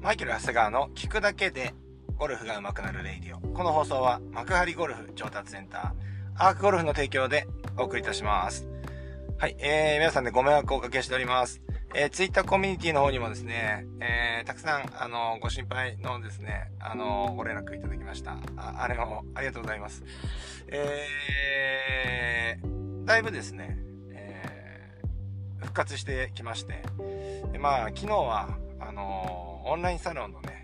マイケル・長谷川の聞くだけでゴルフが上手くなるレイディオ。この放送は幕張ゴルフ上達センターアークゴルフの提供でお送りいたします。はい、皆さんでご迷惑をおかけしております。ツイッターコミュニティの方にもですね、たくさんご心配のですねご連絡いただきました。あれもありがとうございます。だいぶですね、復活してきまして、まあ昨日はオンラインサロンのね、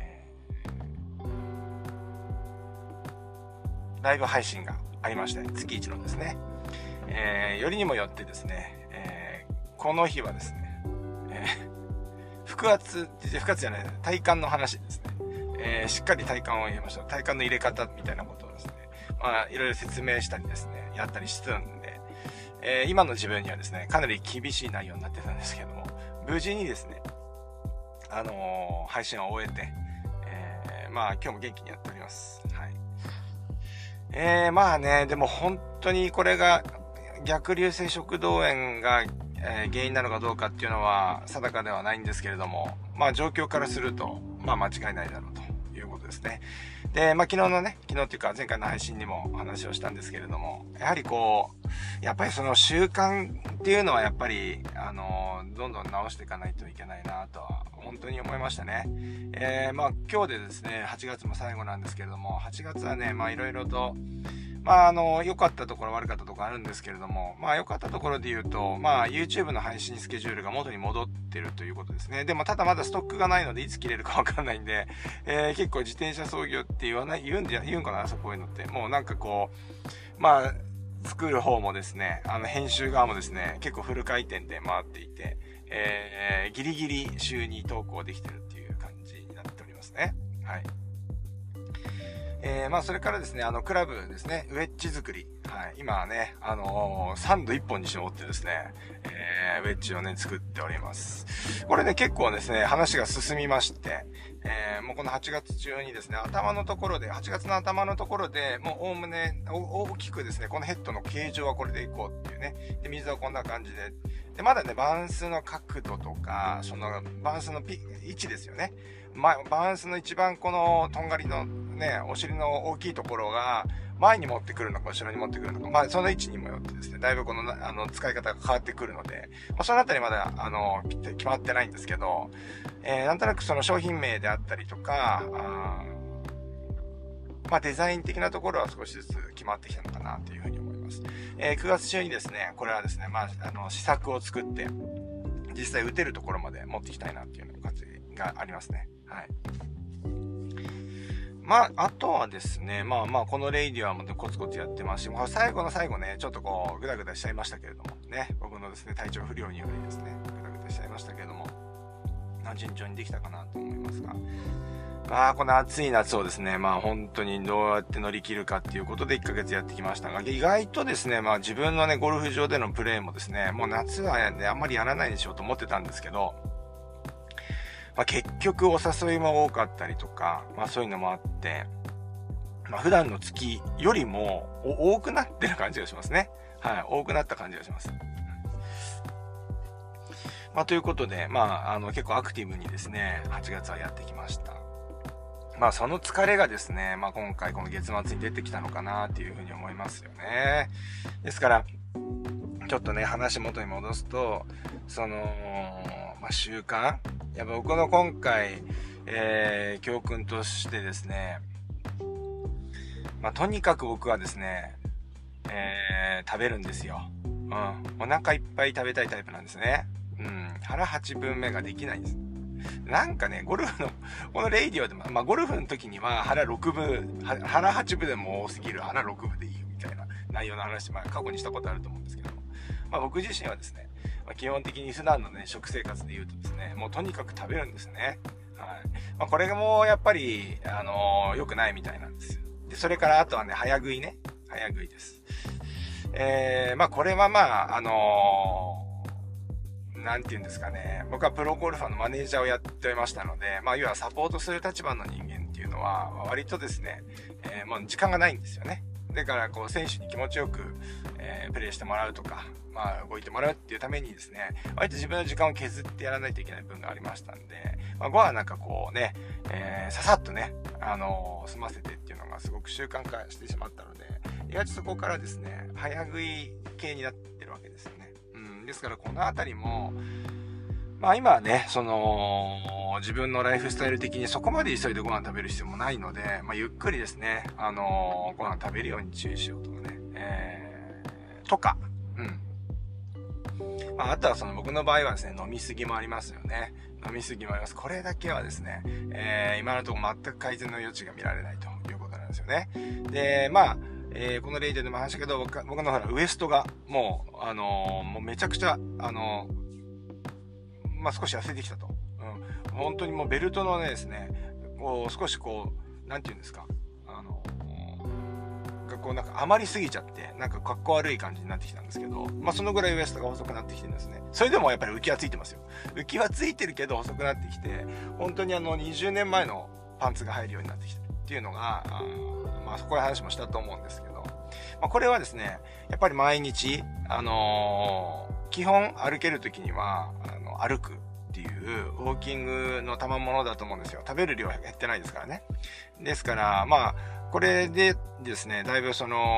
ライブ配信がありまして、月1のですね、よりにもよってですね、この日はですね、腹圧じゃない、体幹の話ですね、しっかり体幹を入れました。体幹の入れ方みたいなことをですね、まあいろいろ説明したりですね、やったりしてたんで、今の自分にはですね、かなり厳しい内容になってたんですけども、無事にですね、配信を終えて、まあ今日も元気にやっております。はい。まあね、でも本当にこれが逆流性食道炎が、原因なのかどうかっていうのは定かではないんですけれども、まあ状況からすると、まあ間違いないだろうということですね。で、まあ昨日っていうか前回の配信にもお話をしたんですけれども、やはりやっぱりその習慣っていうのはやっぱり、どんどん直していかないといけないなとは本当に思いましたね。まあ今日でですね、8月も最後なんですけれども、8月はね、まあいろいろと、まあ良かったところ悪かったところあるんですけれども、まあ良かったところで言うと、まあ YouTube の配信スケジュールが元に戻ってるということですね。でもただまだストックがないのでいつ切れるかわかんないんで、結構自転車操業って言うんかな、そういうのって。もうなんかまあ作る方もですね、編集側もですね、結構フル回転で回っていて、ギリギリ週に投稿できてるっていう感じになっておりますね。はい。まあそれからですね、クラブですね、ウェッジ作り。はい。今はね、サンド1本に絞ってですね、ウェッジをね、作っております。これね、結構ですね、話が進みまして、もうこの8月中にですね、8月の頭のところで、もうおおむね、大きくですね、このヘッドの形状はこれでいこうっていうね。で、水はこんな感じで。で、まだね、バランスの角度とか、その、バランスの位置ですよね。バランスの一番この、とんがりのね、お尻の大きいところが、前に持ってくるのか、後ろに持ってくるのか、まあ、その位置にもよってですね、だいぶこの、使い方が変わってくるので、まあ、そのあたりまだ、決まってないんですけど、なんとなくその商品名であったりとか、まあ、デザイン的なところは少しずつ決まってきたのかなというふうに思います。9月中にですね、これはですね、まあ、試作を作って、実際打てるところまで持っていきたいなっていう感じがありますね。はい。まあ、あとはですね、まあまあ、このレイディオはもうコツコツやってますし、最後の最後ね、ちょっとグダグダしちゃいましたけれども、ね、僕のですね、体調不良によりですね、グダグダしちゃいましたけれども、順調にできたかなと思いますが、まあ、この暑い夏をですね、まあ本当にどうやって乗り切るかっていうことで1ヶ月やってきましたが、意外とですね、まあ自分のね、ゴルフ場でのプレーもですね、もう夏はね、あんまりやらないでしょうと思ってたんですけど、まあ、結局お誘いも多かったりとか、まあそういうのもあって、まあ普段の月よりも多くなってる感じがしますね。はい、多くなった感じがします。まあということで、まあ結構アクティブにですね、8月はやってきました。まあその疲れがですね、まあ今回この月末に出てきたのかなっていうふうに思いますよね。ですから、ちょっとね、話元に戻すと、まあ習慣やっぱ僕の今回、教訓としてですね、まあ、とにかく僕はですね、食べるんですよ。うん。お腹いっぱい食べたいタイプなんですね。うん。腹8分目ができないんです。なんかね、ゴルフの、このレイディオでも、まあ、ゴルフの時には腹8分でも多すぎる、腹6分でいいよみたいな内容の話、まあ、過去にしたことあると思うんですけども、まあ、僕自身はですね、まあ、基本的に普段のね、食生活で言うとですね、もうとにかく食べるんですね。はい。まあ、これがもうやっぱり、良くないみたいなんですよ。で、それからあとはね、早食いね。早食いです。まあ、これはまあ、なんて言うんですかね。僕はプロゴルファーのマネージャーをやっておりましたので、まあ、要はサポートする立場の人間っていうのは、割とですね、もう時間がないんですよね。 だからこう選手に気持ちよく、プレーしてもらうとか、動いてもらうっていうためにですね、割と自分の時間を削ってやらないといけない部分がありましたんで、5はなんかこうね、ささっとね、済ませてっていうのがすごく習慣化してしまったので、意外とそこからですね、早食い系になってるわけですよね。ですからこのあたりも、今はね、自分のライフスタイル的にそこまで急いでご飯食べる必要もないので、ゆっくりですね、ご飯食べるように注意しようとかね、とか、あとは僕の場合はですね、飲みすぎもありますよね。飲みすぎもあります。これだけはですね、今のところ全く改善の余地が見られないということなんですよね。で、この例でも話したけど、僕のほら、ウエストがもうめちゃくちゃ、少し痩せてきたと。本当にもうベルトのねですね、こう、少しこう、なんていうんですか、なんか余りすぎちゃって、なんか格好悪い感じになってきたんですけど、そのぐらいウエストが細くなってきてるんですね。それでもやっぱり浮きはついてますよ。浮きはついてるけど細くなってきて、本当に20年前のパンツが入るようになってきてるっていうのが、そこで話もしたと思うんですけど、これはですね、やっぱり毎日、基本歩ける時には、歩くっていうウォーキングの賜物だと思うんですよ。食べる量は減ってないですからね。ですから、これでですね、だいぶ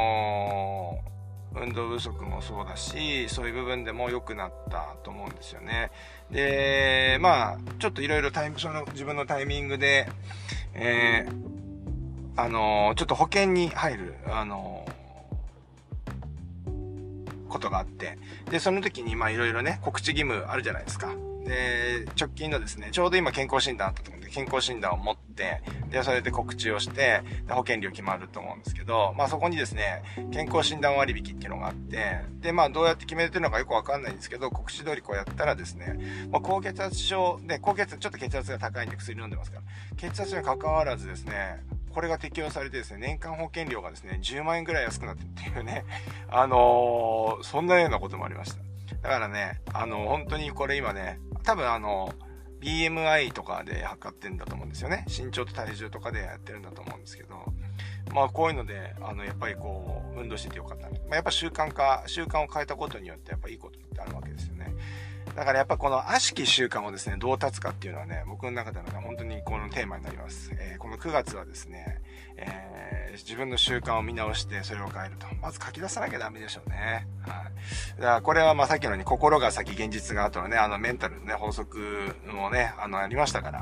運動不足もそうだし、そういう部分でも良くなったと思うんですよね。で、ちょっといろいろ自分のタイミングで、ちょっと保険に入る、ことがあって、で、その時にいろいろね、告知義務あるじゃないですか。で、直近のですね、ちょうど今健康診断あったと思うんで、健康診断を持って、で、それで告知をして、で保険料決まると思うんですけど、そこにですね、健康診断割引っていうのがあって、で、どうやって決めてるのかよくわかんないんですけど、告知通りこうやったらですね、高血圧症で、ちょっと血圧が高いんで薬飲んでますから、血圧に関わらずですね、これが適用されてですね、年間保険料がですね、10万円ぐらい安くなってるっていうね、そんなようなこともありました。だからね、本当にこれ今ね、多分BMI とかで測ってんだと思うんですよね。身長と体重とかでやってるんだと思うんですけど、こういうので、やっぱりこう、運動しててよかったね。やっぱ習慣を変えたことによって、やっぱいいことってあるわけですよね。だからやっぱこの悪しき習慣をですね、どう断つかっていうのはね、僕の中では本当にこのテーマになります。この9月はですね、自分の習慣を見直してそれを変えると。まず書き出さなきゃダメでしょうね。はい。だからこれはさっきのように心が先現実が後のね、メンタルのね、法則もね、ありましたから、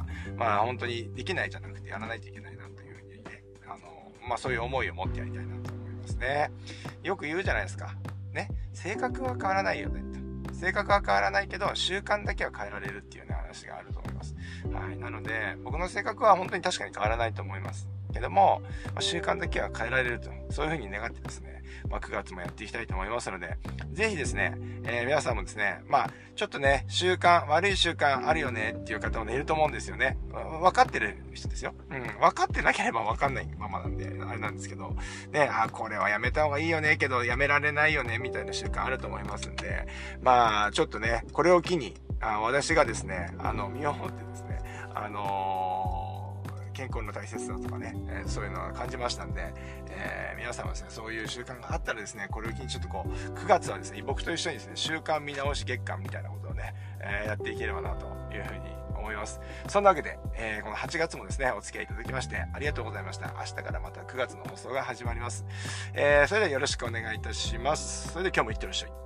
本当にできないじゃなくてやらないといけないなというふうにね、そういう思いを持ってやりたいなと思いますね。よく言うじゃないですか。ね。性格は変わらないよね。性格は変わらないけど、習慣だけは変えられるっていうね、話があると思います。はい。なので、僕の性格は本当に確かに変わらないと思いますけども、習慣だけは変えられると、そういうふうに願ってですね、9月もやっていきたいと思いますので、ぜひですね、皆さんもですね、ちょっとね、悪い習慣あるよねっていう方もね、いると思うんですよね。分かってる人ですよ。分かってなければ分かんないままなんで、あれなんですけど、ね、これはやめた方がいいよね、けどやめられないよね、みたいな習慣あると思いますんで、ちょっとね、これを機に、私がですね、身をもってですね、健康の大切さとかね、そういうのは感じましたんで、皆さんはですね、そういう習慣があったらですね、これを機にちょっとこう、9月はですね、僕と一緒にですね、習慣見直し月間みたいなことをね、やっていければなというふうに思います。そんなわけで、この8月もですね、お付き合いいただきましてありがとうございました。明日からまた9月の放送が始まります。それではよろしくお願いいたします。それでは今日もいってらっしゃい。